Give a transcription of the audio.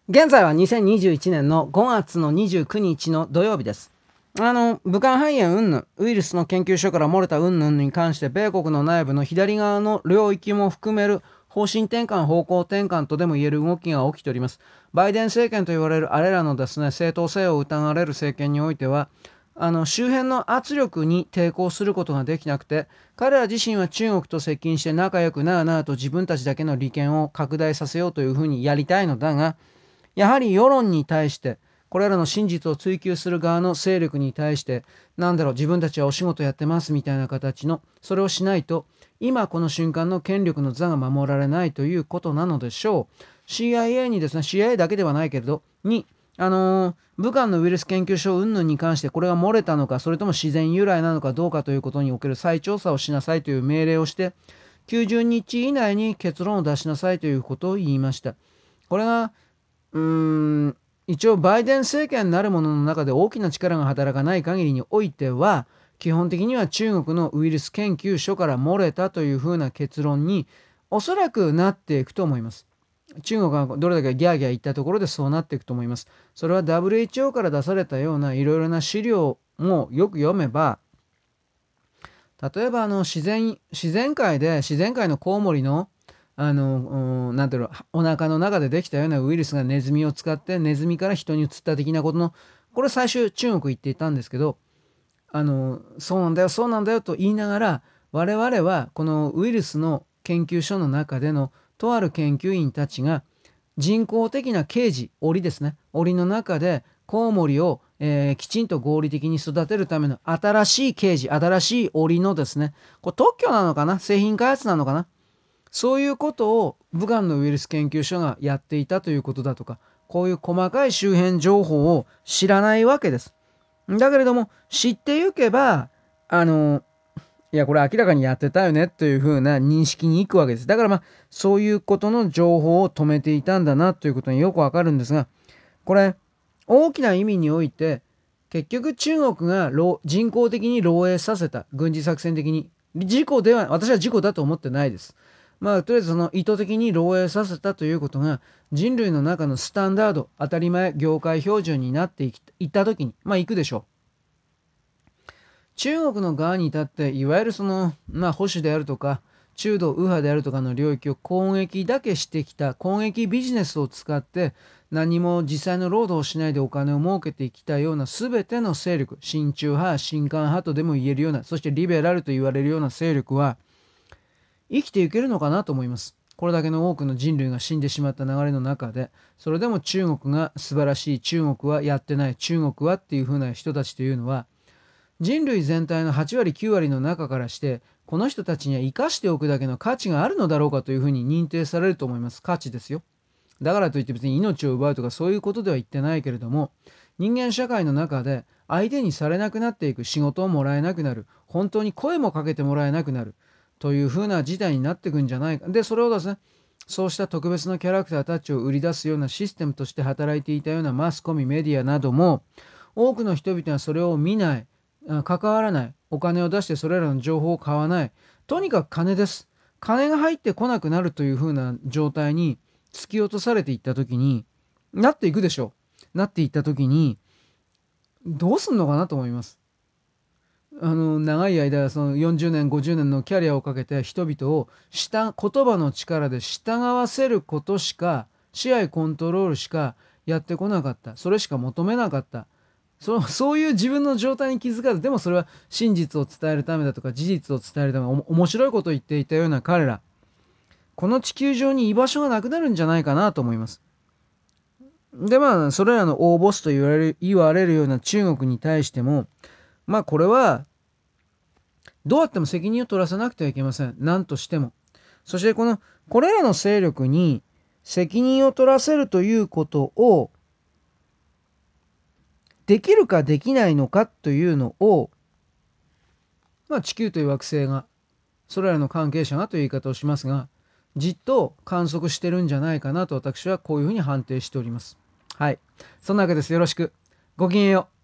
現在は2021年の5月の29日の土曜日です。武漢肺炎云々、ウイルスの研究所から漏れた云々に関して、米国の内部の左側の領域も含める方針転換、方向転換とでも言える動きが起きております。バイデン政権と言われるあれらのですね、正当性を疑われる政権においては、周辺の圧力に抵抗することができなくて、彼ら自身は中国と接近して仲良くなあなあと自分たちだけの利権を拡大させようというふうにやりたいのだが、やはり世論に対して、これらの真実を追求する側の勢力に対して、自分たちはお仕事やってますみたいな形の、それをしないと、今この瞬間の権力の座が守られないということなのでしょう。CIA にですね、CIA だけではないけれど、武漢のウイルス研究所云々に関してこれが漏れたのか、それとも自然由来なのかどうかということにおける再調査をしなさいという命令をして、90日以内に結論を出しなさいということを言いました。これが一応バイデン政権なるものの中で大きな力が働かない限りにおいては、基本的には中国のウイルス研究所から漏れたというふうな結論におそらくなっていくと思います。中国がどれだけギャーギャー言ったところでそうなっていくと思います。それは WHO から出されたようないろいろな資料もよく読めば、例えば自然界のコウモリのなんていうの、お腹の中でできたようなウイルスがネズミを使ってネズミから人に移った的なことの、これ最初中国言っていたんですけど、そうなんだよそうなんだよと言いながら、我々はこのウイルスの研究所の中でのとある研究員たちが人工的なケージ、檻ですね、檻の中でコウモリを、きちんと合理的に育てるための新しいケージ、新しい檻のですね、これ特許なのかな、製品開発なのかな、そういうことを武漢のウイルス研究所がやっていたということだとか、こういう細かい周辺情報を知らないわけです。だけれども、知ってゆけば、いや、これ明らかにやってたよねというふうな認識に行くわけです。だからそういうことの情報を止めていたんだなということによくわかるんですが、これ、大きな意味において、結局中国が人工的に漏洩させた、軍事作戦的に。事故では、私は事故だと思ってないです。とりあえずその意図的に漏洩させたということが、人類の中のスタンダード、当たり前、業界標準になっていったときに、いくでしょう。中国の側に立って、いわゆる保守であるとか、中道右派であるとかの領域を攻撃だけしてきた、攻撃ビジネスを使って、何も実際の労働をしないでお金を儲けてきたような全ての勢力、親中派、親韓派とでも言えるような、そしてリベラルと言われるような勢力は、生きていけるのかなと思います。これだけの多くの人類が死んでしまった流れの中で、それでも中国が素晴らしい、中国はやってない、中国はっていう風な人たちというのは、人類全体の8割9割の中からして、この人たちには生かしておくだけの価値があるのだろうかというふうに認定されると思います。価値ですよ。だからといって別に命を奪うとかそういうことでは言ってないけれども、人間社会の中で相手にされなくなっていく、仕事をもらえなくなる、本当に声もかけてもらえなくなるというふうな事態になっていくんじゃないか。で、それをですね、そうした特別なキャラクターたちを売り出すようなシステムとして働いていたようなマスコミ、メディアなども、多くの人々はそれを見ない、関わらない、お金を出してそれらの情報を買わない、とにかく金です。金が入ってこなくなるというふうな状態に突き落とされていった時に、なっていくでしょう。なっていった時に、どうすんのかなと思います。長い間、その40年、50年のキャリアをかけて人々を言葉の力で従わせることしか、支配コントロールしかやってこなかった。それしか求めなかった。そういう自分の状態に気づかず、でもそれは真実を伝えるためだとか、事実を伝えるため、面白いことを言っていたような彼ら、この地球上に居場所がなくなるんじゃないかなと思います。で、それらの大ボスと言われるような中国に対しても、これは、どうやっても責任を取らせなくてはいけません。何としても。そしてこれらの勢力に責任を取らせるということを、できるかできないのかというのを、地球という惑星が、それらの関係者がという言い方をしますが、じっと観測してるんじゃないかなと私はこういうふうに判定しております。はい。そんなわけです。よろしく。ごきげんよう。